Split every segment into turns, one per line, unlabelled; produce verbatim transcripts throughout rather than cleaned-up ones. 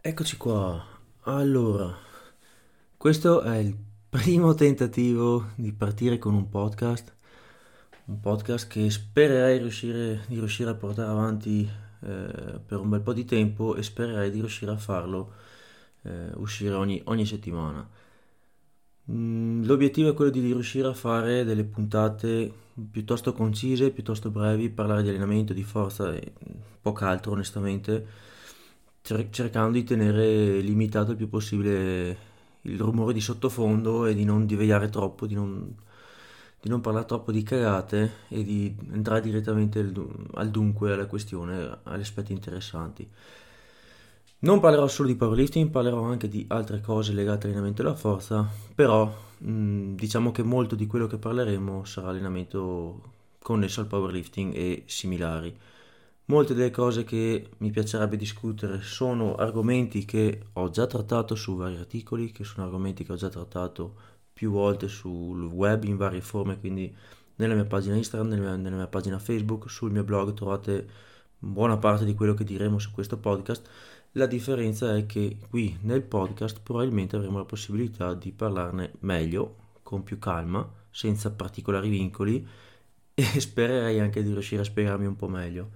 Eccoci qua. Allora, questo è il primo tentativo di partire con un podcast, un podcast che spererei riuscire, di riuscire a portare avanti eh, per un bel po' di tempo e spererei di riuscire a farlo eh, uscire ogni, ogni settimana. Mm, L'obiettivo è quello di riuscire a fare delle puntate piuttosto concise, piuttosto brevi, parlare di allenamento, di forza e poco altro onestamente, cer- cercando di tenere limitato il più possibile il rumore di sottofondo e di non divagare troppo, di non, di non parlare troppo di cagate e di entrare direttamente al, du- al dunque, alla questione, agli aspetti interessanti. Non parlerò solo di powerlifting, parlerò anche di altre cose legate all'allenamento della forza, però mh, diciamo che molto di quello che parleremo sarà allenamento connesso al powerlifting e similari. Molte delle cose che mi piacerebbe discutere sono argomenti che ho già trattato su vari articoli, che sono argomenti che ho già trattato più volte sul web in varie forme, quindi nella mia pagina Instagram, nella mia, nella mia pagina Facebook, sul mio blog trovate buona parte di quello che diremo su questo podcast. La differenza è che qui nel podcast probabilmente avremo la possibilità di parlarne meglio, con più calma, senza particolari vincoli e spererei anche di riuscire a spiegarmi un po' meglio.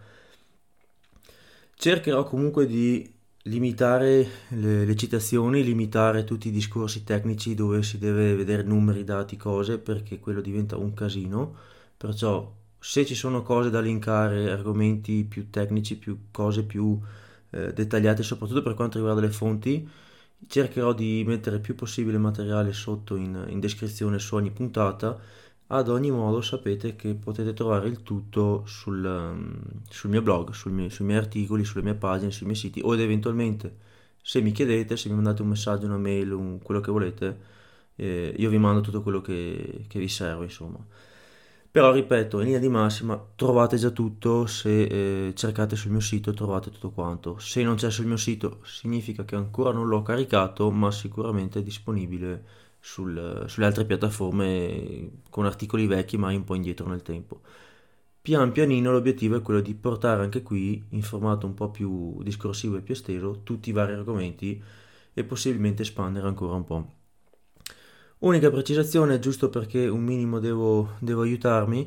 Cercherò comunque di limitare le, le citazioni, limitare tutti i discorsi tecnici dove si deve vedere numeri, dati, cose, perché quello diventa un casino. Perciò se ci sono cose da linkare, argomenti più tecnici, più cose più eh, dettagliate, soprattutto per quanto riguarda le fonti, cercherò di mettere il più possibile materiale sotto in, in descrizione su ogni puntata. Ad ogni modo sapete che potete trovare il tutto sul, um, sul mio blog, sul mio- sui miei articoli, sulle mie pagine, sui miei siti o ed eventualmente se mi chiedete, se mi mandate un messaggio, una mail, un- quello che volete, eh, io vi mando tutto quello che, che vi serve, insomma. Però ripeto, in linea di massima trovate già tutto, se eh, cercate sul mio sito trovate tutto quanto. Se non c'è sul mio sito significa che ancora non l'ho caricato, ma sicuramente è disponibile sul- sulle altre piattaforme con articoli vecchi ma un po' indietro nel tempo. Pian pianino l'obiettivo è quello di portare anche qui, in formato un po' più discorsivo e più esteso, tutti i vari argomenti e possibilmente espandere ancora un po'. Unica precisazione, giusto perché un minimo devo, devo aiutarmi,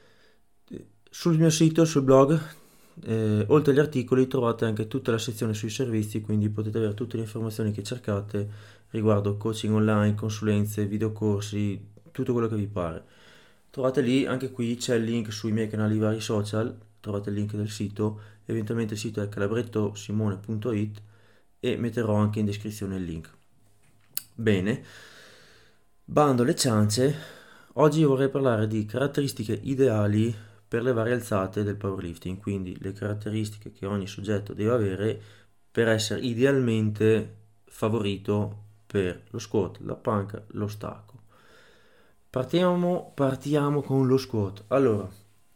sul mio sito, sul blog, eh, oltre agli articoli trovate anche tutta la sezione sui servizi, quindi potete avere tutte le informazioni che cercate riguardo coaching online, consulenze, videocorsi, tutto quello che vi pare. Trovate lì, anche qui c'è il link sui miei canali vari social, trovate il link del sito, eventualmente il sito è calabrettosimone punto it e metterò anche in descrizione il link. Bene, bando alle ciance, oggi vorrei parlare di caratteristiche ideali per le varie alzate del powerlifting, quindi le caratteristiche che ogni soggetto deve avere per essere idealmente favorito per lo squat, la panca, lo stacco. Partiamo, partiamo con lo squat. Allora,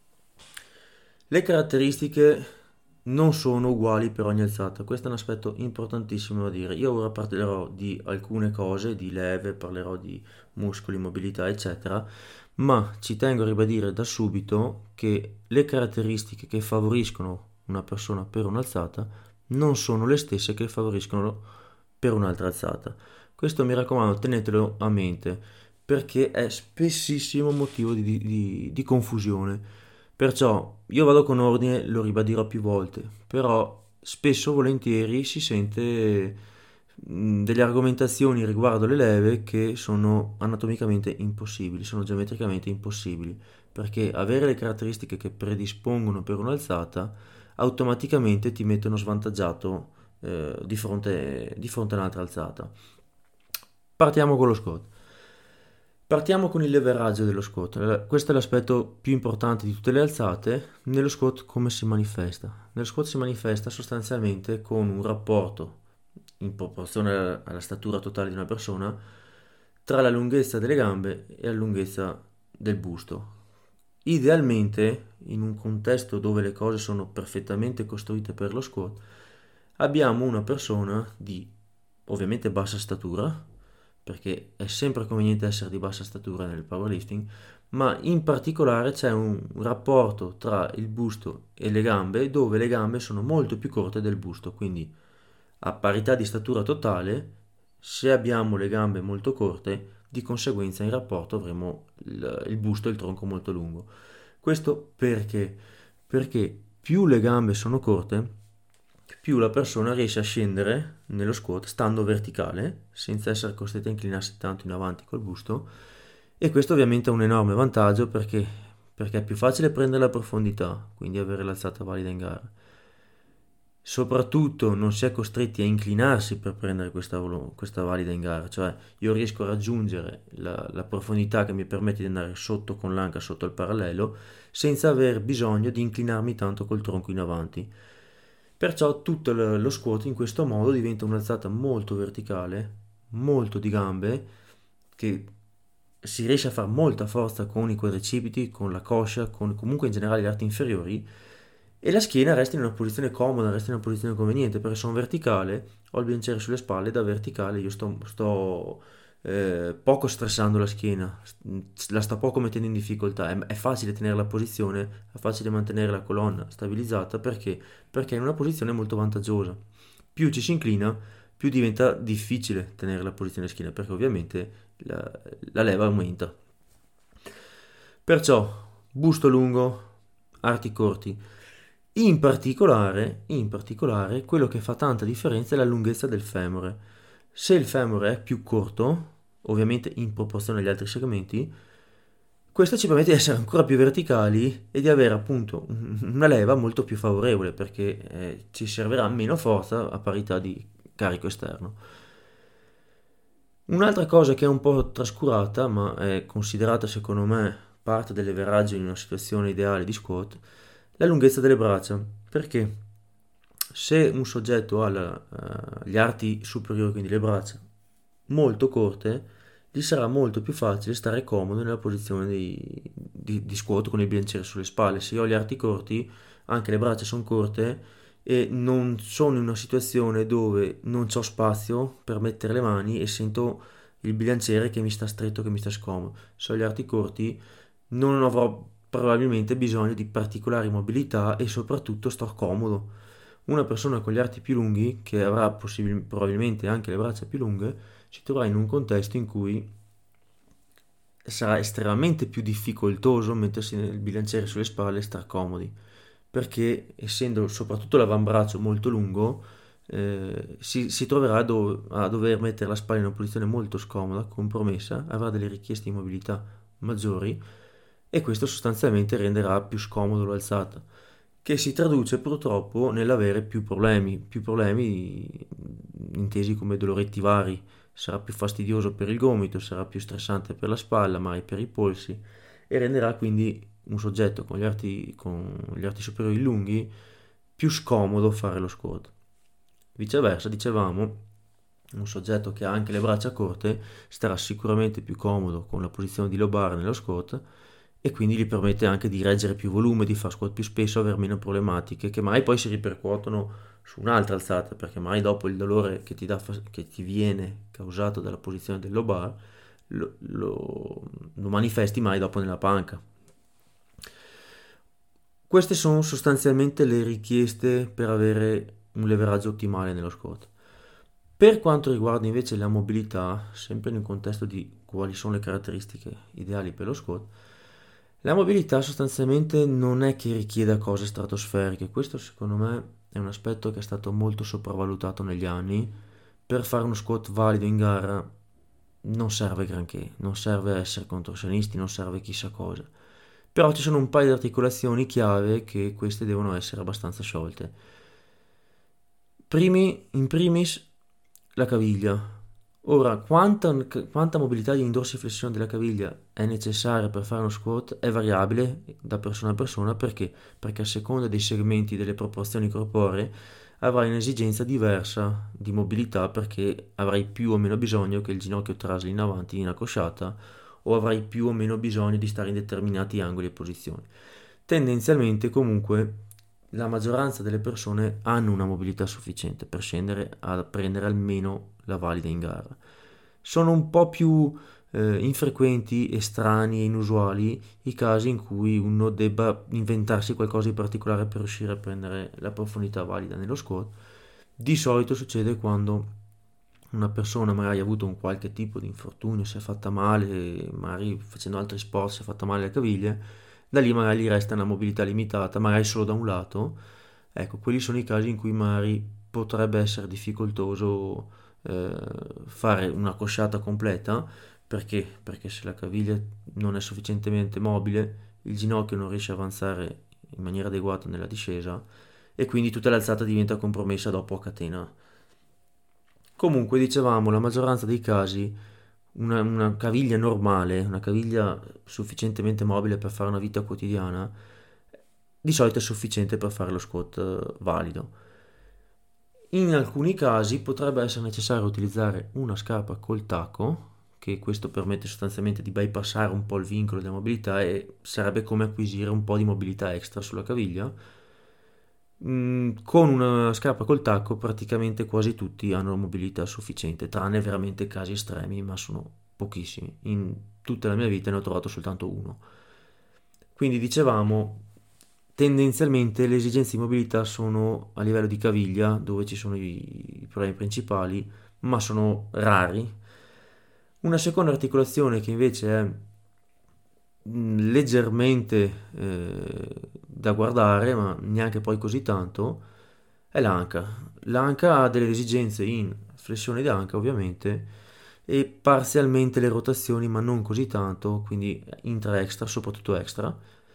le caratteristiche non sono uguali per ogni alzata, questo è un aspetto importantissimo da dire. Io ora parlerò di alcune cose, di leve, parlerò di muscoli, mobilità, eccetera, ma ci tengo a ribadire da subito che le caratteristiche che favoriscono una persona per un'alzata non sono le stesse che favoriscono per un'altra alzata. Questo mi raccomando, tenetelo a mente perché è spessissimo motivo di, di- di confusione. Perciò io vado con ordine, lo ribadirò più volte, però spesso volentieri si sente mh, delle argomentazioni riguardo le leve che sono anatomicamente impossibili, sono geometricamente impossibili, perché avere le caratteristiche che predispongono per un'alzata automaticamente ti mettono svantaggiato eh, di fronte, di fronte a un'altra alzata. Partiamo con lo squat. Partiamo con il leveraggio dello squat. Eh, Questo è l'aspetto più importante di tutte le alzate. Nello squat come si manifesta? Nello squat si manifesta sostanzialmente con un rapporto in proporzione alla statura totale di una persona tra la lunghezza delle gambe e la lunghezza del busto. Idealmente, in un contesto dove le cose sono perfettamente costruite per lo squat, abbiamo una persona di ovviamente bassa statura, perché è sempre conveniente essere di bassa statura nel powerlifting, ma in particolare c'è un rapporto tra il busto e le gambe dove le gambe sono molto più corte del busto, quindi A parità di statura totale, se abbiamo le gambe molto corte, di conseguenza in rapporto avremo il, il busto e il tronco molto lungo. Questo perché? Perché più le gambe sono corte, più la persona riesce a scendere nello squat stando verticale, senza essere costretta a inclinarsi tanto in avanti col busto, e questo ovviamente ha un enorme vantaggio perché, perché è più facile prendere la profondità, quindi avere l'alzata valida in gara. Soprattutto non si è costretti a inclinarsi per prendere questa, volo- questa valida in gara, cioè io riesco a raggiungere la, la profondità che mi permette di andare sotto con l'anca, sotto il parallelo, senza aver bisogno di inclinarmi tanto col tronco in avanti. Perciò tutto lo lo squat in questo modo diventa un'alzata molto verticale, molto di gambe, che si riesce a fare molta forza con i quadricipiti, con la coscia, con comunque in generale gli arti inferiori, e la schiena resta in una posizione comoda, resta in una posizione conveniente, perché sono verticale, ho il bilanciere sulle spalle, da verticale io sto, sto eh, poco stressando la schiena, la sto poco mettendo in difficoltà, è, è facile tenere la posizione, è facile mantenere la colonna stabilizzata, perché? Perché è in una posizione molto vantaggiosa. Più ci si inclina, più diventa difficile tenere la posizione schiena, perché ovviamente la, la leva aumenta. Perciò, busto lungo, arti corti. In particolare, in particolare, quello che fa tanta differenza è la lunghezza del femore. Se il femore è più corto, ovviamente in proporzione agli altri segmenti, questo ci permette di essere ancora più verticali e di avere appunto una leva molto più favorevole perché eh, ci servirà meno forza a parità di carico esterno. Un'altra cosa che è un po' trascurata, ma è considerata secondo me parte del leveraggio in una situazione ideale di squat, la lunghezza delle braccia. Perché se un soggetto ha la, eh, gli arti superiori, quindi le braccia, molto corte, gli sarà molto più facile stare comodo nella posizione di, di, di squat con il bilanciere sulle spalle. Se io ho gli arti corti, anche le braccia sono corte e non sono in una situazione dove non ho spazio per mettere le mani e sento il bilanciere che mi sta stretto, che mi sta scomodo. Se ho gli arti corti non avrò probabilmente bisogno di particolari mobilità e soprattutto sto comodo. Una persona con gli arti più lunghi, che avrà possibil- probabilmente anche le braccia più lunghe, si troverà in un contesto in cui sarà estremamente più difficoltoso mettersi nel bilanciere sulle spalle e star comodi, perché essendo soprattutto l'avambraccio molto lungo, eh, si, si troverà a, do- a dover mettere la spalla in una posizione molto scomoda, compromessa, avrà delle richieste di mobilità maggiori e questo sostanzialmente renderà più scomodo l'alzata, che si traduce purtroppo nell'avere più problemi, più problemi intesi come doloretti vari, sarà più fastidioso per il gomito, sarà più stressante per la spalla, magari per i polsi, e renderà quindi un soggetto con gli arti, con gli arti superiori lunghi più scomodo fare lo squat. Viceversa, dicevamo, un soggetto che ha anche le braccia corte starà sicuramente più comodo con la posizione di lobare nello squat e quindi gli permette anche di reggere più volume, di fare squat più spesso, avere meno problematiche che mai poi si ripercuotono su un'altra alzata, perché mai dopo il dolore che ti, dà, che ti viene causato dalla posizione del low bar lo, lo, lo manifesti mai dopo nella panca. Queste sono sostanzialmente le richieste per avere un leveraggio ottimale nello squat. Per quanto riguarda invece la mobilità, sempre in un contesto di quali sono le caratteristiche ideali per lo squat, la mobilità sostanzialmente non è che richieda cose stratosferiche, questo secondo me è un aspetto che è stato molto sopravvalutato negli anni. Per fare uno squat valido in gara non serve granché, non serve essere contorsionisti, non serve chissà cosa. Però ci sono un paio di articolazioni chiave che queste devono essere abbastanza sciolte. Primi, in primis la caviglia. Ora, quanta, quanta mobilità di dorsiflessione della caviglia è necessaria per fare uno squat è variabile da persona a persona perché? Perché a seconda dei segmenti delle proporzioni corporee avrai un'esigenza diversa di mobilità perché avrai più o meno bisogno che il ginocchio trasli in avanti in una cosciata o avrai più o meno bisogno di stare in determinati angoli e posizioni. Tendenzialmente comunque la maggioranza delle persone hanno una mobilità sufficiente per scendere a prendere almeno la valida in gara. Sono un po' più eh, infrequenti, estranei e inusuali i casi in cui uno debba inventarsi qualcosa di particolare per riuscire a prendere la profondità valida nello squat, Di solito succede quando una persona magari ha avuto un qualche tipo di infortunio, si è fatta male, magari facendo altri sport si è fatta male alle caviglie, da lì magari gli resta una mobilità limitata, magari solo da un lato. Ecco, quelli sono i casi in cui magari potrebbe essere difficoltoso eh, fare una cosciata completa. Perché? Perché se la caviglia non è sufficientemente mobile, il ginocchio non riesce a avanzare in maniera adeguata nella discesa e quindi tutta l'alzata diventa compromessa dopo a catena. Comunque, dicevamo, la maggioranza dei casi, una, una caviglia normale, una caviglia sufficientemente mobile per fare una vita quotidiana, di solito è sufficiente per fare lo squat eh, valido. In alcuni casi potrebbe essere necessario utilizzare una scarpa col tacco, che questo permette sostanzialmente di bypassare un po' il vincolo della mobilità e sarebbe come acquisire un po' di mobilità extra sulla caviglia. Mm, con una scarpa col tacco praticamente quasi tutti hanno mobilità sufficiente, tranne veramente casi estremi, ma sono pochissimi. In tutta la mia vita ne ho trovato soltanto uno. Quindi dicevamo, tendenzialmente le esigenze di mobilità sono a livello di caviglia, dove ci sono i, i problemi principali, ma sono rari. Una seconda articolazione che invece è mh, leggermente eh, da guardare, ma neanche poi così tanto, è l'anca. L'anca ha delle esigenze in flessione d'anca, ovviamente, e parzialmente le rotazioni, ma non così tanto, quindi intra-extra, soprattutto extra.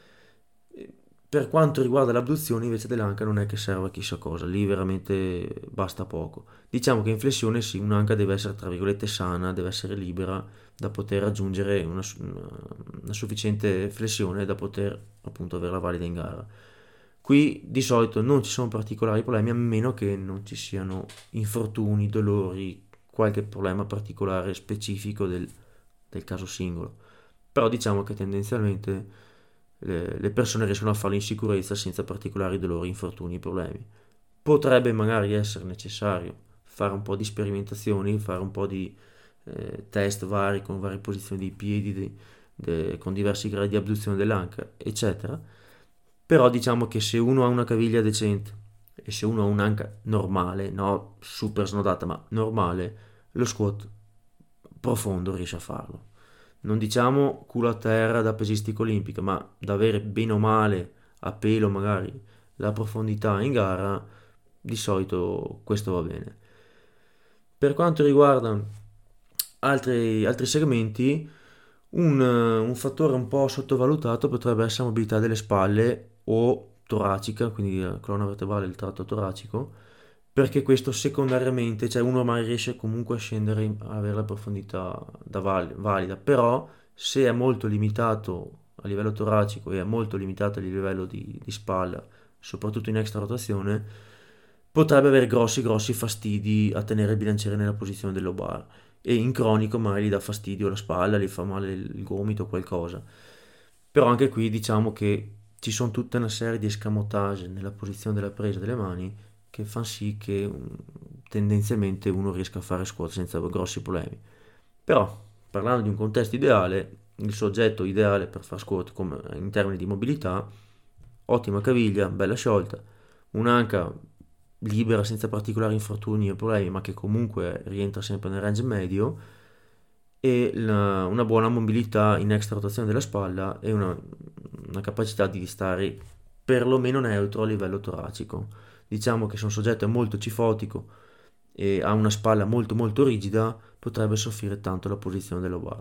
Per quanto riguarda l'abduzione invece dell'anca non è che serva chissà cosa, lì veramente basta poco. Diciamo che in flessione sì, un'anca deve essere tra virgolette sana, deve essere libera da poter raggiungere una, una, una sufficiente flessione da poter appunto averla valida in gara. Qui di solito non ci sono particolari problemi a meno che non ci siano infortuni, dolori, qualche problema particolare specifico del, del caso singolo. Però diciamo che tendenzialmente le, le persone riescono a farlo in sicurezza senza particolari dolori, infortuni e problemi. Potrebbe magari essere necessario fare un po' di sperimentazioni, fare un po' di eh, test vari con varie posizioni dei piedi, di- de- con diversi gradi di abduzione dell'anca, eccetera. Però diciamo che se uno ha una caviglia decente e se uno ha un'anca normale, no super snodata, ma normale, lo squat profondo riesce a farlo. Non diciamo culo a terra da pesistica olimpica, ma da avere bene o male a pelo magari la profondità in gara, di solito questo va bene. Per quanto riguarda altri, altri segmenti, un, eh, un fattore un po' sottovalutato potrebbe essere la mobilità delle spalle o toracica, quindi la colonna vertebrale e il tratto toracico, perché questo secondariamente, cioè uno ormai riesce comunque a scendere, in- a avere la profondità da val- valida, però se è molto limitato a livello toracico e è molto limitato a livello di, di spalla, soprattutto in extra rotazione, potrebbe avere grossi grossi fastidi a tenere il bilanciere nella posizione del low bar e in cronico magari gli dà fastidio la spalla, gli fa male il gomito o qualcosa. Però anche qui diciamo che ci sono tutta una serie di escamotage nella posizione della presa delle mani che fanno sì che mm, tendenzialmente uno riesca a fare squat senza grossi problemi. Però, parlando di un contesto ideale, il soggetto ideale per fare squat come in termini di mobilità, ottima caviglia, bella sciolta, un'anca libera senza particolari infortuni o problemi, ma che comunque rientra sempre nel range medio, e la- una buona mobilità in extra rotazione della spalla e una, una capacità di stare perlomeno neutro a livello toracico. Diciamo che se un soggetto è molto cifotico e ha una spalla molto molto rigida, potrebbe soffrire tanto la posizione dello bar.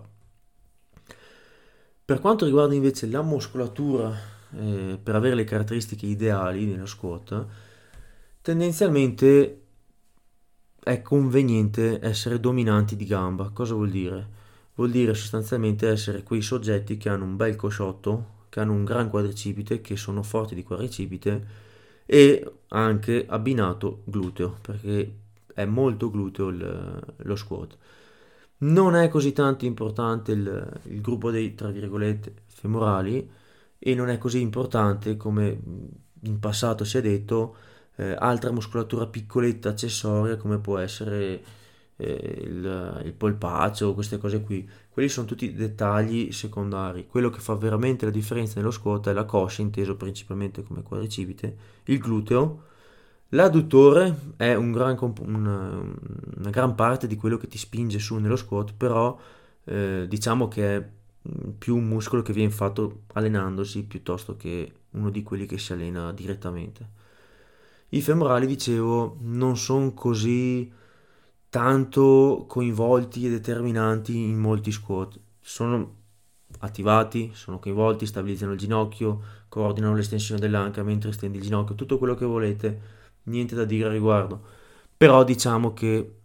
Per quanto riguarda invece la muscolatura, eh, per avere le caratteristiche ideali nello squat, tendenzialmente è conveniente essere dominanti di gamba. Cosa vuol dire? Vuol dire sostanzialmente essere quei soggetti che hanno un bel cosciotto, che hanno un gran quadricipite, che sono forti di quadricipite e anche abbinato gluteo, perché è molto gluteo il- lo squat. Non è così tanto importante il, il gruppo dei, tra virgolette, femorali e non è così importante come in passato si è detto eh, altra muscolatura piccoletta accessoria come può essere eh, il, il polpaccio, queste cose qui. Quelli sono tutti dettagli secondari. Quello che fa veramente la differenza nello squat è la coscia, inteso principalmente come quadricipite, il gluteo L'adduttore è un gran comp- una, una gran parte di quello che ti spinge su nello squat, però eh, diciamo che è mm, più un muscolo che viene fatto allenandosi piuttosto che uno di quelli che si allena direttamente. I femorali, dicevo, non sono così tanto coinvolti e determinanti in molti squat. Sono attivati, sono coinvolti, stabilizzano il ginocchio, coordinano l'estensione dell'anca mentre stendi il ginocchio, tutto quello che volete, niente da dire al riguardo. Però diciamo che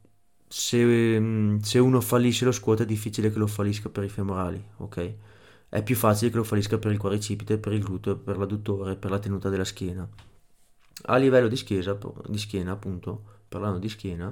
se, se uno fallisce lo squat è difficile che lo fallisca per i femorali, ok? È più facile che lo fallisca per il quadricipite, per il gluteo, per l'adduttore, per la tenuta della schiena. A livello di schiena, di schiena appunto, parlando di schiena,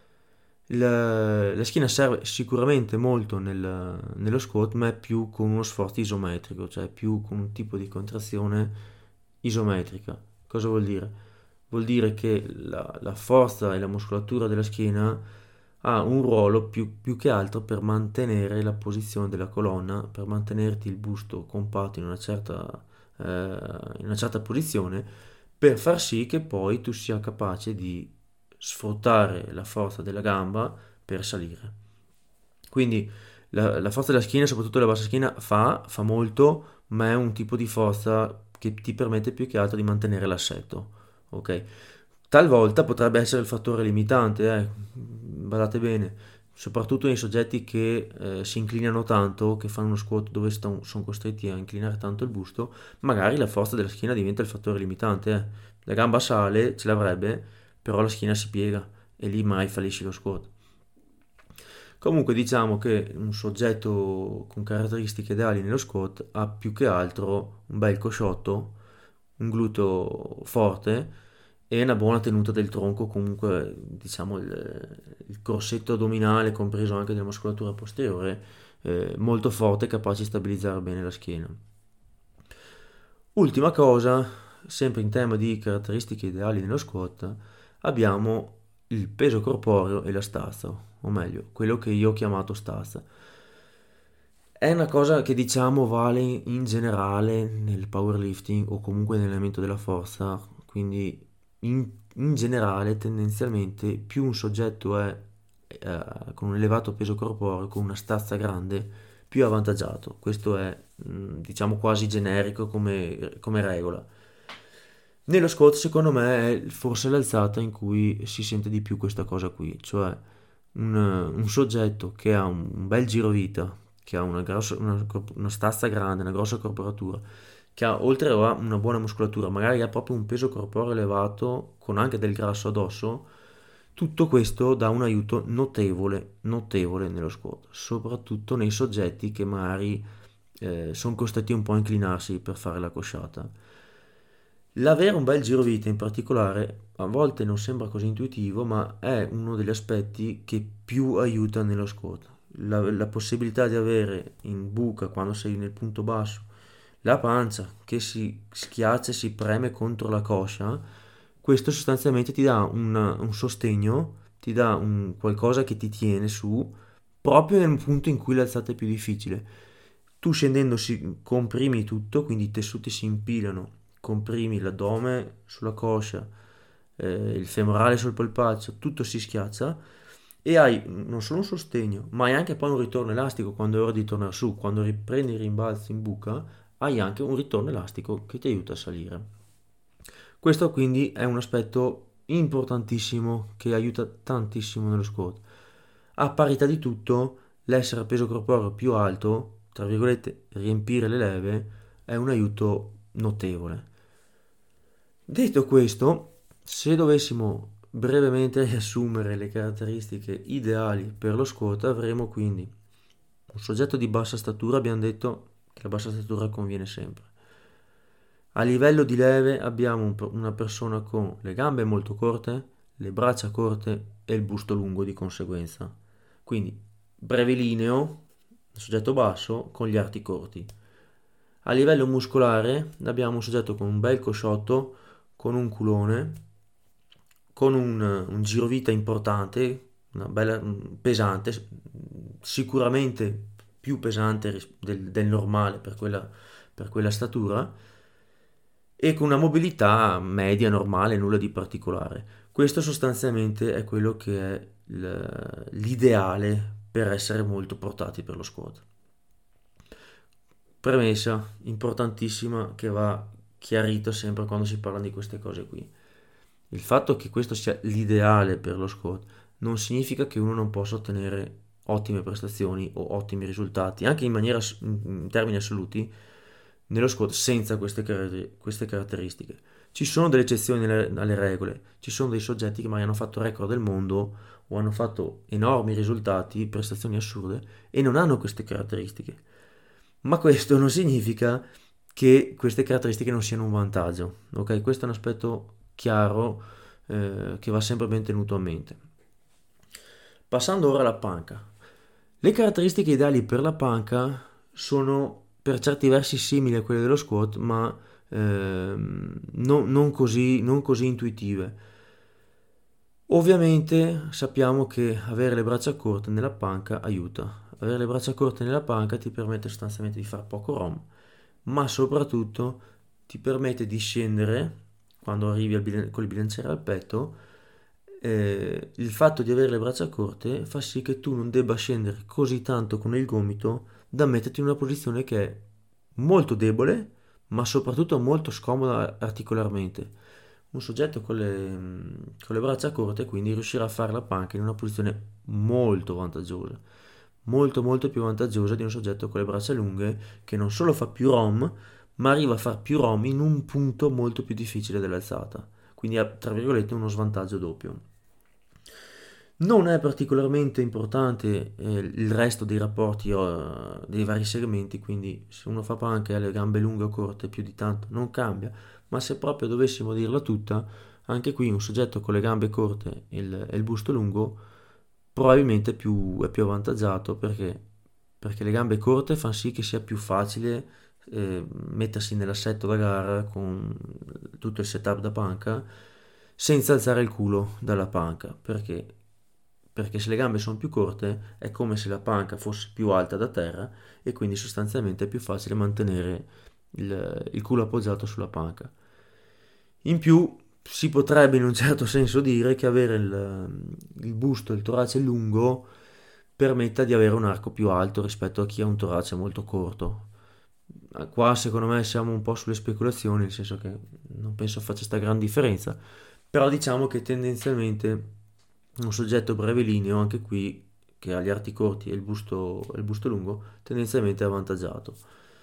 la, la schiena serve sicuramente molto nel- nello squat, ma è più con uno sforzo isometrico, cioè più con un tipo di contrazione isometrica. Cosa vuol dire? Vuol dire che la, la forza e la muscolatura della schiena ha un ruolo più, più che altro per mantenere la posizione della colonna, per mantenerti il busto compatto in una certa, eh, in una certa posizione, per far sì che poi tu sia capace di sfruttare la forza della gamba per salire. Quindi la, la forza della schiena, soprattutto la bassa schiena, fa, fa molto, ma è un tipo di forza che ti permette più che altro di mantenere l'assetto. Ok? Talvolta potrebbe essere il fattore limitante, eh, badate bene, soprattutto nei soggetti che eh, si inclinano tanto, che fanno uno squat dove sto- sono costretti a inclinare tanto il busto, magari la forza della schiena diventa il fattore limitante. eh. La gamba sale, ce l'avrebbe, però la schiena si piega e lì mai fallisci lo squat. Comunque diciamo che un soggetto con caratteristiche ideali nello squat ha più che altro un bel cosciotto, un gluteo forte e una buona tenuta del tronco, comunque diciamo il, il corsetto addominale, compreso anche della muscolatura posteriore, eh, molto forte, capace di stabilizzare bene la schiena. Ultima cosa, sempre in tema di caratteristiche ideali nello squat, abbiamo il peso corporeo e la stazza, o meglio, quello che io ho chiamato stazza. È una cosa che diciamo vale in generale nel powerlifting o comunque nell'allenamento della forza, quindi in, in generale tendenzialmente più un soggetto è eh, con un elevato peso corporeo, con una stazza grande, più avvantaggiato. Questo è mh, diciamo quasi generico come, come regola. Nello squat secondo me è forse l'alzata in cui si sente di più questa cosa qui, cioè un, un soggetto che ha un, un bel girovita, che ha una, grossa, una, corp- una stazza grande, una grossa corporatura, che ha oltre a una buona muscolatura, magari ha proprio un peso corporeo elevato con anche del grasso addosso, tutto questo dà un aiuto notevole, notevole nello squat, soprattutto nei soggetti che magari eh, sono costretti un po' a inclinarsi per fare la cosciata. L'avere un bel girovita in particolare a volte non sembra così intuitivo, ma è uno degli aspetti che più aiuta nello squat. La, la possibilità di avere in buca, quando sei nel punto basso, la pancia che si schiaccia e si preme contro la coscia, questo sostanzialmente ti dà un, un sostegno, ti dà un qualcosa che ti tiene su, proprio nel punto in cui l'alzata è più difficile. Tu scendendo si comprimi tutto, quindi i tessuti si impilano, comprimi l'addome sulla coscia, eh, il femorale sul polpaccio, tutto si schiaccia e hai non solo un sostegno, ma hai anche poi un ritorno elastico quando è ora di tornare su, quando riprendi il rimbalzo in buca, hai anche un ritorno elastico che ti aiuta a salire. Questo quindi è un aspetto importantissimo che aiuta tantissimo nello squat. A parità di tutto, l'essere a peso corporeo più alto, tra virgolette, riempire le leve, è un aiuto notevole. Detto questo, se dovessimo brevemente riassumere le caratteristiche ideali per lo squat, avremo quindi un soggetto di bassa statura, abbiamo detto che la bassa statura conviene sempre. A livello di leve abbiamo un- una persona con le gambe molto corte, le braccia corte e il busto lungo di conseguenza. Quindi brevilineo, soggetto basso con gli arti corti. A livello muscolare abbiamo un soggetto con un bel cosciotto, con un culone, con un, un girovita importante, una bella, pesante, sicuramente più pesante ris- del, del normale per quella, per quella statura e con una mobilità media, normale, nulla di particolare. Questo sostanzialmente è quello che è il- l'ideale per essere molto portati per lo squat. Premessa importantissima che va chiarita sempre quando si parla di queste cose qui. Il fatto che questo sia l'ideale per lo squat non significa che uno non possa ottenere ottime prestazioni o ottimi risultati, anche in maniera ass- in termini assoluti, nello squat senza queste, caratter- queste caratteristiche. Ci sono delle eccezioni alle, alle regole, ci sono dei soggetti che magari hanno fatto record del mondo o hanno fatto enormi risultati, prestazioni assurde e non hanno queste caratteristiche. Ma questo non significa che queste caratteristiche non siano un vantaggio, ok? Questo è un aspetto chiaro eh, che va sempre ben tenuto a mente. Passando ora alla panca. Le caratteristiche ideali per la panca sono per certi versi simili a quelle dello squat, ma ehm, non, non così, non così intuitive. Ovviamente sappiamo che avere le braccia corte nella panca aiuta. Avere le braccia corte nella panca ti permette sostanzialmente di fare poco ROM, ma soprattutto ti permette di scendere quando arrivi al bilan- con il bilanciere al petto. Eh, il fatto di avere le braccia corte fa sì che tu non debba scendere così tanto con il gomito da metterti in una posizione che è molto debole, ma soprattutto molto scomoda articolarmente. Un soggetto con le, con le braccia corte quindi riuscirà a fare la panca in una posizione molto vantaggiosa, molto molto più vantaggiosa di un soggetto con le braccia lunghe che non solo fa più ROM, ma arriva a fare più ROM in un punto molto più difficile dell'alzata, quindi ha tra virgolette uno svantaggio doppio. Non è particolarmente importante eh, il resto dei rapporti eh, dei vari segmenti, quindi se uno fa panca e ha le gambe lunghe o corte più di tanto non cambia, ma se proprio dovessimo dirla tutta, anche qui un soggetto con le gambe corte e il, e il busto lungo probabilmente è più, è più avvantaggiato perché, perché le gambe corte fanno sì che sia più facile eh, mettersi nell'assetto da gara con tutto il setup da panca senza alzare il culo dalla panca, perché perché se le gambe sono più corte è come se la panca fosse più alta da terra e quindi sostanzialmente è più facile mantenere il, il culo appoggiato sulla panca. In più si potrebbe in un certo senso dire che avere il, il busto e il torace lungo permetta di avere un arco più alto rispetto a chi ha un torace molto corto. Qua secondo me siamo un po' sulle speculazioni, nel senso che non penso faccia questa gran differenza, però diciamo che tendenzialmente un soggetto brevilineo, anche qui, che ha gli arti corti e il busto, e il busto lungo, tendenzialmente è avvantaggiato.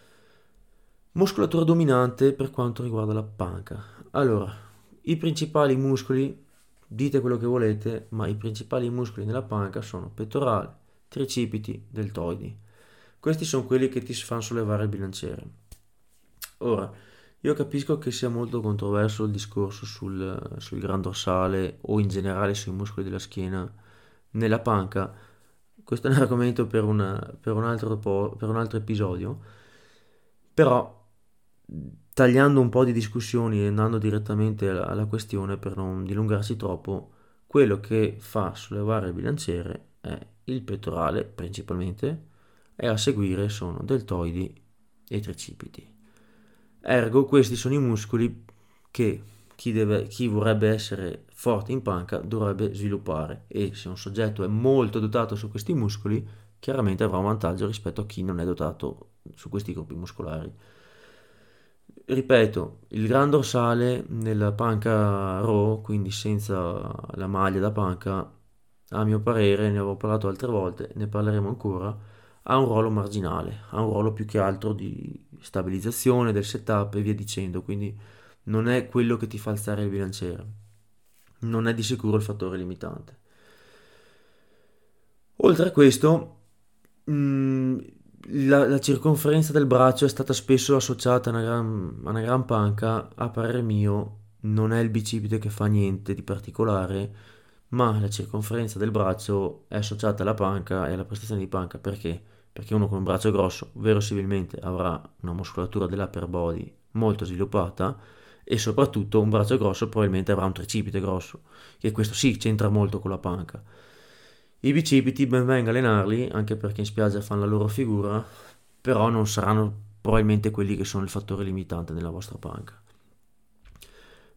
Muscolatura dominante per quanto riguarda la panca. Allora, i principali muscoli, dite quello che volete, ma i principali muscoli nella panca sono pettorale, tricipiti, deltoidi. Questi sono quelli che ti fanno sollevare il bilanciere. Ora, io capisco che sia molto controverso il discorso sul, sul gran dorsale o in generale sui muscoli della schiena nella panca. Questo è un argomento per, una- per un altro, po- per un altro episodio, però tagliando un po' di discussioni e andando direttamente alla, alla questione per non dilungarsi troppo, quello che fa sollevare il bilanciere è il pettorale principalmente e a seguire sono deltoidi e tricipiti. Ergo, questi sono i muscoli che chi, deve, chi vorrebbe essere forte in panca dovrebbe sviluppare e se un soggetto è molto dotato su questi muscoli, chiaramente avrà un vantaggio rispetto a chi non è dotato su questi gruppi muscolari. Ripeto, il gran dorsale nella panca raw, quindi senza la maglia da panca, a mio parere, ne avevo parlato altre volte, ne parleremo ancora, ha un ruolo marginale, ha un ruolo più che altro di stabilizzazione del setup e via dicendo, quindi non è quello che ti fa alzare il bilanciere, non è di sicuro il fattore limitante. Oltre a questo, mh, la, la circonferenza del braccio è stata spesso associata a una gran, a una gran panca, a parer mio non è il bicipite che fa niente di particolare, ma la circonferenza del braccio è associata alla panca e alla prestazione di panca perché? Perché uno con un braccio grosso verosimilmente avrà una muscolatura dell'upper body molto sviluppata e soprattutto un braccio grosso probabilmente avrà un tricipite grosso, che questo sì c'entra molto con la panca. I bicipiti ben venga allenarli, anche perché in spiaggia fanno la loro figura, però non saranno probabilmente quelli che sono il fattore limitante nella vostra panca.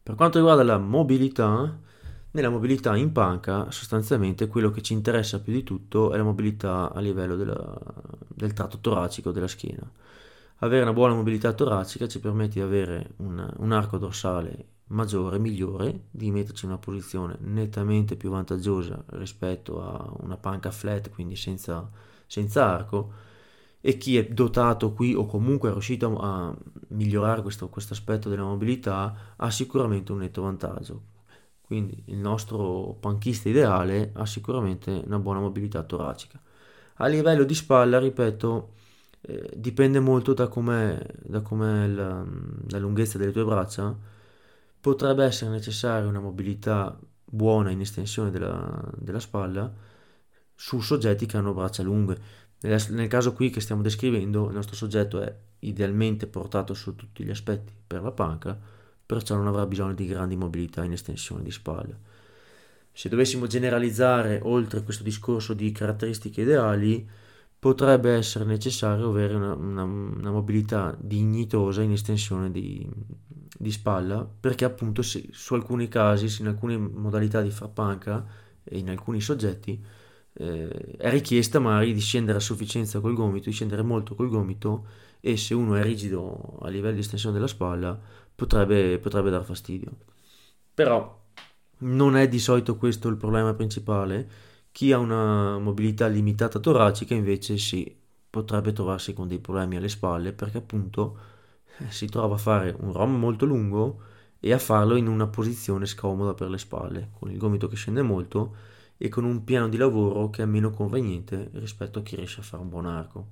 Per quanto riguarda la mobilità, nella mobilità in panca sostanzialmente quello che ci interessa più di tutto è la mobilità a livello della- del tratto toracico della schiena. Avere una buona mobilità toracica ci permette di avere un, un arco dorsale maggiore, migliore, di metterci in una posizione nettamente più vantaggiosa rispetto a una panca flat, quindi senza, senza arco, e chi è dotato qui o comunque è riuscito a migliorare questo, questo aspetto della mobilità ha sicuramente un netto vantaggio. Quindi il nostro panchista ideale ha sicuramente una buona mobilità toracica. A livello di spalla, ripeto, eh, dipende molto da com'è, da com'è la, la lunghezza delle tue braccia. Potrebbe essere necessaria una mobilità buona in estensione della, della spalla su soggetti che hanno braccia lunghe. Nel, nel caso qui che stiamo descrivendo, il nostro soggetto è idealmente portato su tutti gli aspetti per la panca, perciò non avrà bisogno di grandi mobilità in estensione di spalla. Se dovessimo generalizzare oltre questo discorso di caratteristiche ideali, potrebbe essere necessario avere una, una- una mobilità dignitosa in estensione di, di spalla, perché appunto se- su alcuni casi, se in alcune modalità di far panca e in alcuni soggetti, eh, è richiesta magari di scendere a sufficienza col gomito, di scendere molto col gomito, e se uno è rigido a livello di estensione della spalla potrebbe, potrebbe dar fastidio. Però non è di solito questo il problema principale. Chi ha una mobilità limitata toracica invece sì, potrebbe trovarsi con dei problemi alle spalle perché appunto eh, si trova a fare un ROM molto lungo e a farlo in una posizione scomoda per le spalle, con il gomito che scende molto e con un piano di lavoro che è meno conveniente rispetto a chi riesce a fare un buon arco.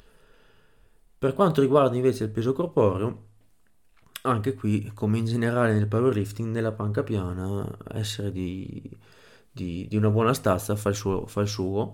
Per quanto riguarda invece il peso corporeo, anche qui, come in generale nel powerlifting, nella panca piana, essere di, di- di una buona stazza fa il suo, fa il suo.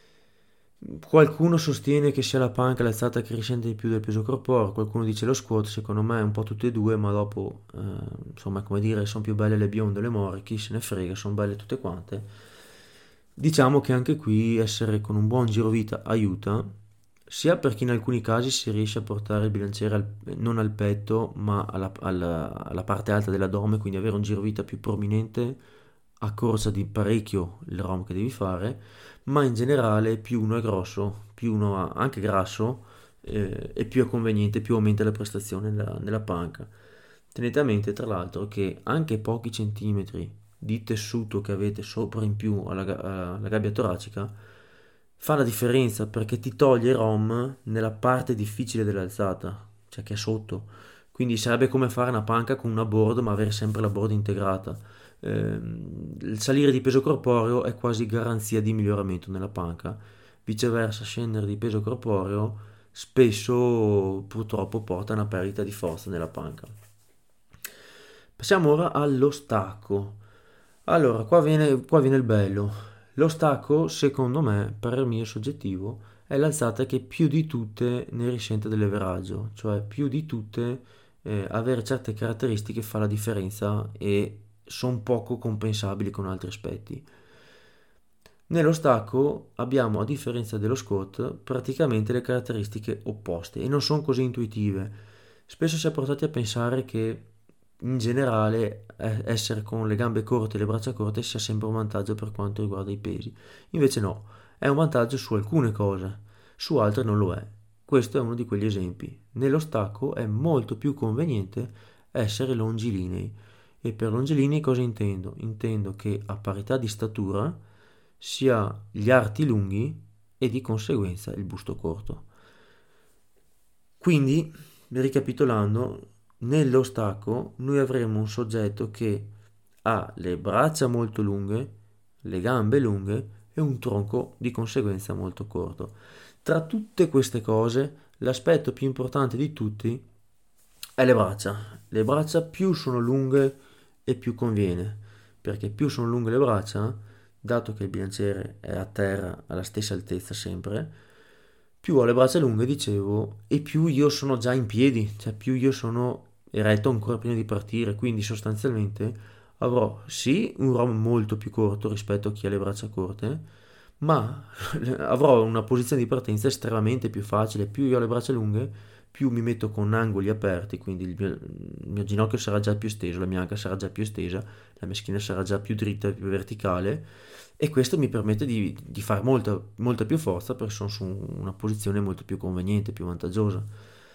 Qualcuno sostiene che sia la panca l'alzata che risente di più del peso corporeo, qualcuno dice lo squat, secondo me è un po' tutte e due, ma dopo, eh, insomma, come dire, sono più belle le bionde o le more, chi se ne frega, sono belle tutte quante. Diciamo che anche qui essere con un buon girovita aiuta, sia perché in alcuni casi si riesce a portare il bilanciere al- non al petto, ma alla, alla- alla parte alta dell'addome, quindi avere un girovita più prominente accorcia di parecchio il ROM che devi fare, ma in generale più uno è grosso, più uno ha anche grasso, eh, e più è conveniente, più aumenta la prestazione nella, nella panca. Tenete a mente tra l'altro che anche pochi centimetri di tessuto che avete sopra in più alla, ga- alla gabbia toracica fa la differenza perché ti toglie il ROM nella parte difficile dell'alzata, cioè che è sotto. Quindi sarebbe come fare una panca con una board ma avere sempre la board integrata. Ehm, il salire di peso corporeo è quasi garanzia di miglioramento nella panca. Viceversa, scendere di peso corporeo spesso purtroppo porta a una perdita di forza nella panca. Passiamo ora allo stacco. Allora, qua viene, qua viene il bello. Lo stacco, secondo me, parere mio soggettivo, è l'alzata che più di tutte ne risente dell'everaggio, cioè più di tutte eh, avere certe caratteristiche fa la differenza e sono poco compensabili con altri aspetti. Nello stacco abbiamo, a differenza dello squat, praticamente le caratteristiche opposte e non sono così intuitive. Spesso si è portati a pensare che in generale eh, essere con le gambe corte e le braccia corte sia sempre un vantaggio per quanto riguarda i pesi. Invece no, è un vantaggio su alcune cose, su altre non lo è. Questo è uno di quegli esempi. Nello stacco è molto più conveniente essere longilinei. E per longilinei cosa intendo? Intendo che a parità di statura si ha gli arti lunghi e di conseguenza il busto corto. Quindi, ricapitolando, nello stacco noi avremo un soggetto che ha le braccia molto lunghe, le gambe lunghe e un tronco di conseguenza molto corto. Tra tutte queste cose, l'aspetto più importante di tutti è le braccia. Le braccia più sono lunghe e più conviene, perché più sono lunghe le braccia, dato che il bilanciere è a terra alla stessa altezza sempre, più ho le braccia lunghe, dicevo, e più io sono già in piedi, cioè più io sono eretto ancora prima di partire, quindi sostanzialmente avrò sì un ROM molto più corto rispetto a chi ha le braccia corte, ma avrò una posizione di partenza estremamente più facile, più io ho le braccia lunghe, più mi metto con angoli aperti, quindi il mio, il mio ginocchio sarà già più esteso, la mia anca sarà già più estesa, la mia schiena sarà già più dritta e più verticale, e questo mi permette di, di fare molta, molta più forza perché sono su una posizione molto più conveniente, più vantaggiosa.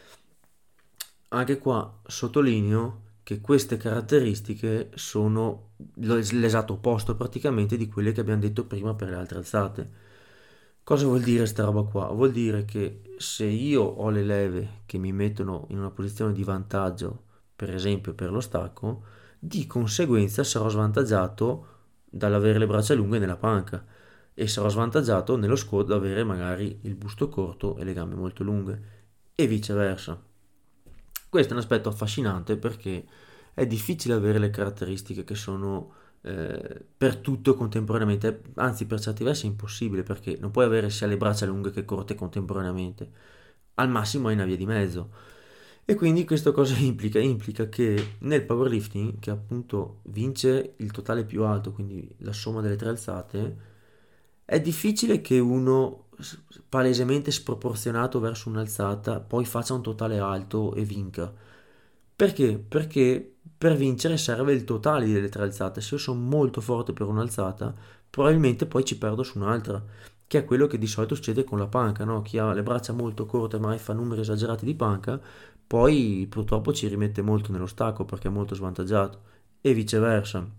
Anche qua sottolineo che queste caratteristiche sono l'esatto opposto praticamente di quelle che abbiamo detto prima per le altre alzate. Cosa vuol dire sta roba qua? Vuol dire che se io ho le leve che mi mettono in una posizione di vantaggio, per esempio per lo stacco, di conseguenza sarò svantaggiato dall'avere le braccia lunghe nella panca e sarò svantaggiato nello squat da avere magari il busto corto e le gambe molto lunghe e viceversa. Questo è un aspetto affascinante perché è difficile avere le caratteristiche che sono eh, per tutto contemporaneamente, anzi per certi versi è impossibile perché non puoi avere sia le braccia lunghe che corte contemporaneamente, al massimo hai una via di mezzo. E quindi questo cosa implica? Implica che nel powerlifting, che appunto vince il totale più alto, quindi la somma delle tre alzate, è difficile che uno s- palesemente sproporzionato verso un'alzata poi faccia un totale alto e vinca. Perché? Perché per vincere serve il totale delle tre alzate. Se io sono molto forte per un'alzata, probabilmente poi ci perdo su un'altra, che è quello che di solito succede con la panca, no? Chi ha le braccia molto corte ma fa numeri esagerati di panca, poi purtroppo ci rimette molto nello stacco perché è molto svantaggiato e viceversa.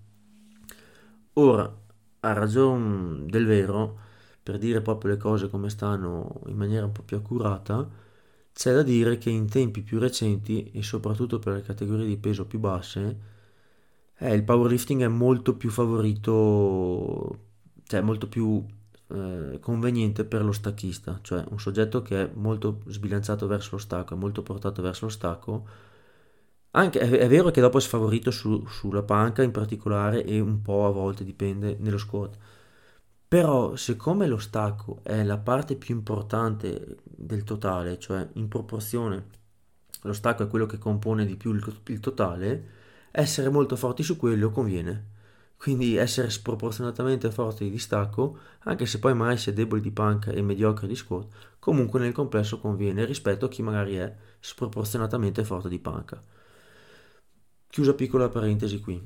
Ora, a ragion del vero, per dire proprio le cose come stanno in maniera un po' più accurata, c'è da dire che in tempi più recenti e soprattutto per le categorie di peso più basse, eh, il powerlifting è molto più favorito, cioè molto più eh, conveniente per lo stacchista, cioè un soggetto che è molto sbilanciato verso lo stacco, è molto portato verso lo stacco. Anche, è, è vero che dopo è sfavorito su- sulla panca in particolare e un po' a volte dipende nello squat. Però, siccome lo stacco è la parte più importante del totale, cioè in proporzione lo stacco è quello che compone di più il, il totale, essere molto forti su quello conviene. Quindi essere sproporzionatamente forti di stacco, anche se poi magari si è deboli di panca e mediocre di squat, comunque nel complesso conviene rispetto a chi magari è sproporzionatamente forte di panca. Chiusa piccola parentesi qui.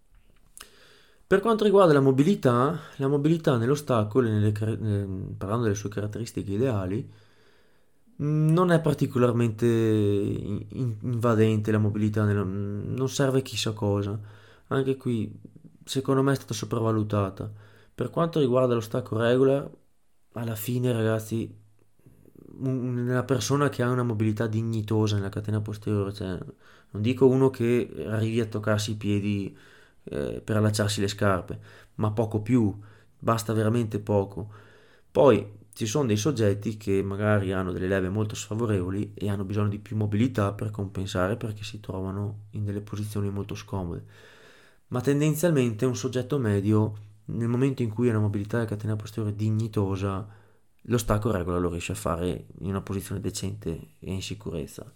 Per quanto riguarda la mobilità, la mobilità nello stacco, nelle car- eh, parlando delle sue caratteristiche ideali, mh, non è particolarmente in- in- invadente la mobilità, nello- non serve chissà cosa. Anche qui, secondo me, è stata sopravvalutata. Per quanto riguarda lo stacco regular, alla fine, ragazzi, un- una persona che ha una mobilità dignitosa nella catena posteriore, cioè, non dico uno che arrivi a toccarsi i piedi eh, per allacciarsi le scarpe, ma poco più, basta veramente poco. Poi ci sono dei soggetti che magari hanno delle leve molto sfavorevoli e hanno bisogno di più mobilità per compensare perché si trovano in delle posizioni molto scomode. Ma tendenzialmente un soggetto medio, nel momento in cui ha una mobilità della catena posteriore dignitosa, lo stacco regola lo riesce a fare in una posizione decente e in sicurezza.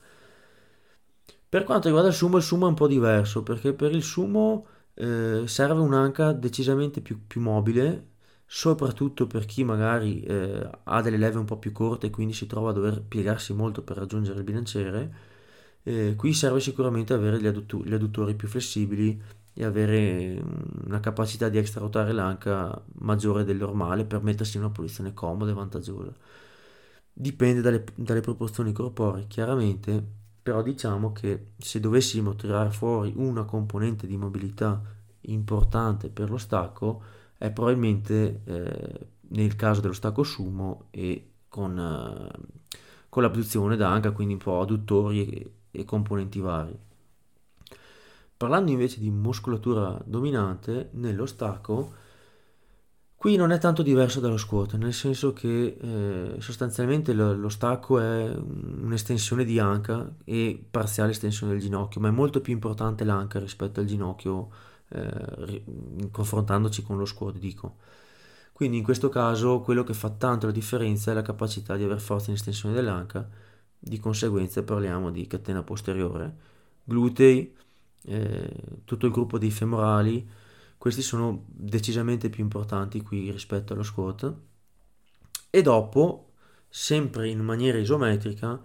Per quanto riguarda il sumo, il sumo è un po' diverso perché per il sumo eh, serve un'anca decisamente più, più mobile, soprattutto per chi magari eh, ha delle leve un po' più corte e quindi si trova a dover piegarsi molto per raggiungere il bilanciere. Eh, qui serve sicuramente avere gli, adduttu- gli adduttori più flessibili e avere una capacità di extraruotare l'anca maggiore del normale per mettersi in una posizione comoda e vantaggiosa. Dipende dalle, dalle proporzioni corporee, chiaramente, però diciamo che se dovessimo tirare fuori una componente di mobilità importante per lo stacco, è probabilmente eh, nel caso dello stacco sumo e con, eh, con l'abduzione d'anca, quindi un po' adduttori e, e componenti vari. Parlando invece di muscolatura dominante, nello stacco, qui non è tanto diverso dallo squat, nel senso che eh, sostanzialmente lo, lo stacco è un'estensione di anca e parziale estensione del ginocchio, ma è molto più importante l'anca rispetto al ginocchio, eh, ri- confrontandoci con lo squat, dico. Quindi in questo caso quello che fa tanto la differenza è la capacità di aver forza in estensione dell'anca, di conseguenza parliamo di catena posteriore, glutei, eh, tutto il gruppo dei femorali, questi sono decisamente più importanti qui rispetto allo squat. E dopo, sempre in maniera isometrica,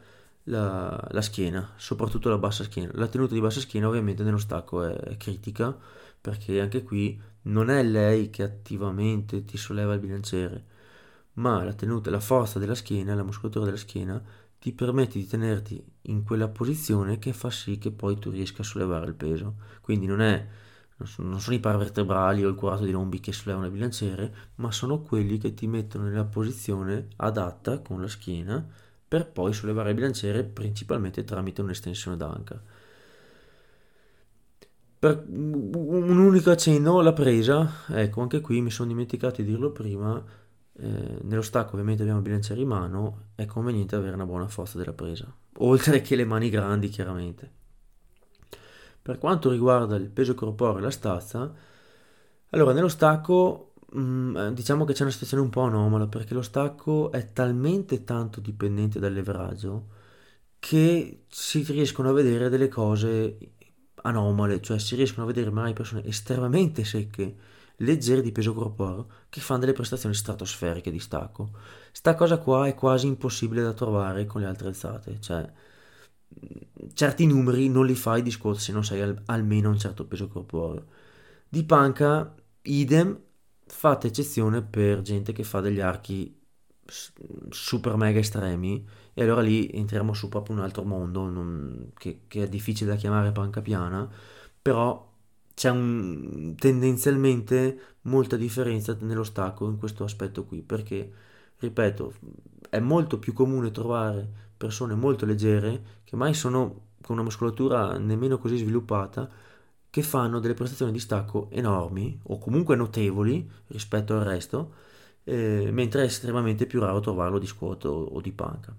la, la schiena, soprattutto la bassa schiena. La tenuta di bassa schiena ovviamente nello stacco è, è critica, perché anche qui non è lei che attivamente ti solleva il bilanciere, ma la tenuta, la forza della schiena, la muscolatura della schiena ti permette di tenerti in quella posizione che fa sì che poi tu riesca a sollevare il peso. Quindi non è, non sono, non sono i paravertebrali o il quadrato di lombi che sollevano il bilanciere, ma sono quelli che ti mettono nella posizione adatta con la schiena per poi sollevare il bilanciere principalmente tramite un'estensione d'anca. Per un unico accenno, la presa, ecco, anche qui mi sono dimenticato di dirlo prima, eh, nello stacco ovviamente abbiamo il bilanciere in mano, è conveniente avere una buona forza della presa, oltre che le mani grandi chiaramente. Per quanto riguarda il peso corporeo e la stazza, allora nello stacco mh, diciamo che c'è una situazione un po' anomala, perché lo stacco è talmente tanto dipendente dal leveraggio che si riescono a vedere delle cose anomale, cioè si riescono a vedere mai persone estremamente secche, leggere di peso corporeo, che fanno delle prestazioni stratosferiche di stacco. Sta cosa qua è quasi impossibile da trovare con le altre alzate, cioè certi numeri non li fai di squat se non sei al- almeno a un certo peso corporeo. Di panca, idem, fate eccezione per gente che fa degli archi s- super mega estremi e allora lì entriamo su proprio un altro mondo non- che, che è difficile da chiamare panca piana, però c'è un, tendenzialmente molta differenza nello stacco in questo aspetto qui, perché, ripeto, è molto più comune trovare persone molto leggere che mai sono con una muscolatura nemmeno così sviluppata, che fanno delle prestazioni di stacco enormi o comunque notevoli rispetto al resto, eh, mentre è estremamente più raro trovarlo di squat o, o di panca.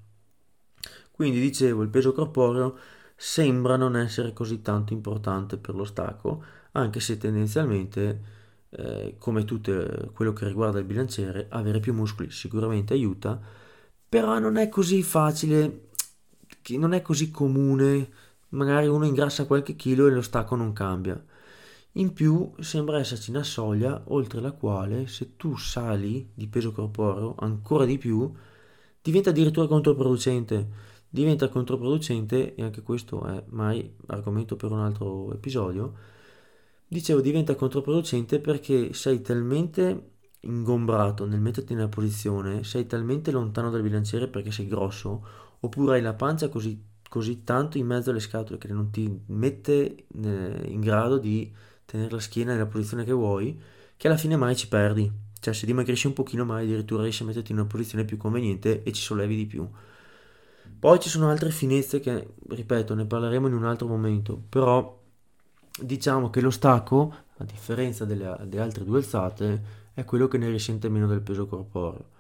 Quindi dicevo, il peso corporeo sembra non essere così tanto importante per lo stacco, anche se tendenzialmente, eh, come tutto quello che riguarda il bilanciere, avere più muscoli sicuramente aiuta, però non è così facile, che non è così comune, magari uno ingrassa qualche chilo e lo stacco non cambia. In più sembra esserci una soglia oltre la quale se tu sali di peso corporeo ancora di più diventa addirittura controproducente. Diventa controproducente, e anche questo è mai argomento per un altro episodio. Dicevo, diventa controproducente perché sei talmente ingombrato nel metterti nella posizione, sei talmente lontano dal bilanciere perché sei grosso, oppure hai la pancia così, così tanto in mezzo alle scatole che non ti mette eh, in grado di tenere la schiena nella posizione che vuoi, che alla fine mai ci perdi. Cioè, se dimagrisci un pochino, mai addirittura riesci a metterti in una posizione più conveniente e ci sollevi di più. Poi ci sono altre finezze che, ripeto, ne parleremo in un altro momento, però diciamo che lo stacco, a differenza delle, delle altre due alzate, è quello che ne risente meno del peso corporeo.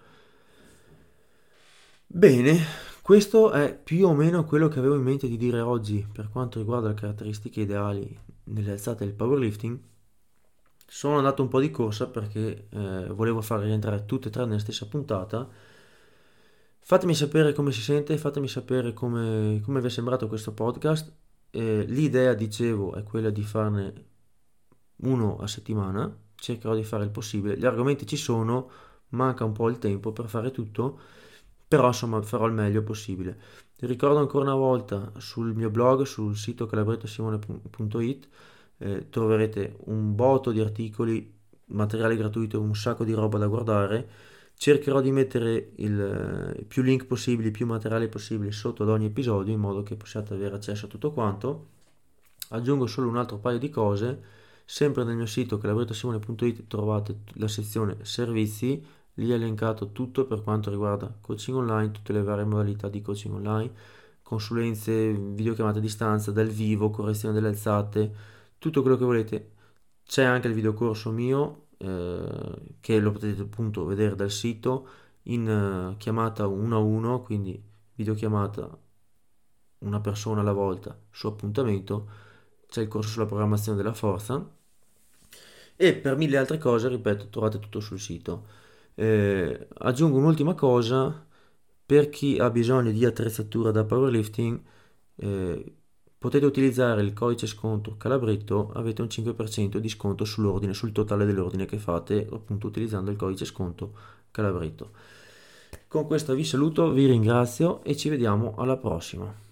Bene, questo è più o meno quello che avevo in mente di dire oggi per quanto riguarda le caratteristiche ideali nelle alzate del powerlifting. Sono andato un po' di corsa perché eh, volevo far rientrare tutte e tre nella stessa puntata. Fatemi sapere come si sente, fatemi sapere come, come vi è sembrato questo podcast. Eh, l'idea, dicevo, è quella di farne uno a settimana, cercherò di fare il possibile. Gli argomenti ci sono, manca un po' il tempo per fare tutto, però insomma farò il meglio possibile. Vi ricordo ancora una volta sul mio blog, sul sito calabrettosimone punto it, eh, troverete un botto di articoli, materiale gratuito, un sacco di roba da guardare. Cercherò di mettere il eh, più link possibili, più materiale possibile sotto ad ogni episodio in modo che possiate avere accesso a tutto quanto. Aggiungo solo un altro paio di cose. Sempre nel mio sito calabrettosimone punto it trovate la sezione servizi, lì è elencato tutto per quanto riguarda coaching online, tutte le varie modalità di coaching online, consulenze, videochiamate a distanza, dal vivo, correzione delle alzate, tutto quello che volete. C'è anche il videocorso mio, eh, che lo potete appunto vedere dal sito, in eh, chiamata uno a uno, quindi videochiamata una persona alla volta su appuntamento. C'è il corso sulla programmazione della forza e per mille altre cose, ripeto, trovate tutto sul sito. Eh, aggiungo un'ultima cosa, per chi ha bisogno di attrezzatura da powerlifting, eh, potete utilizzare il codice sconto Calabretto, avete un cinque per cento di sconto sull'ordine, sul totale dell'ordine che fate, appunto utilizzando il codice sconto Calabretto. Con questo vi saluto, vi ringrazio e ci vediamo alla prossima.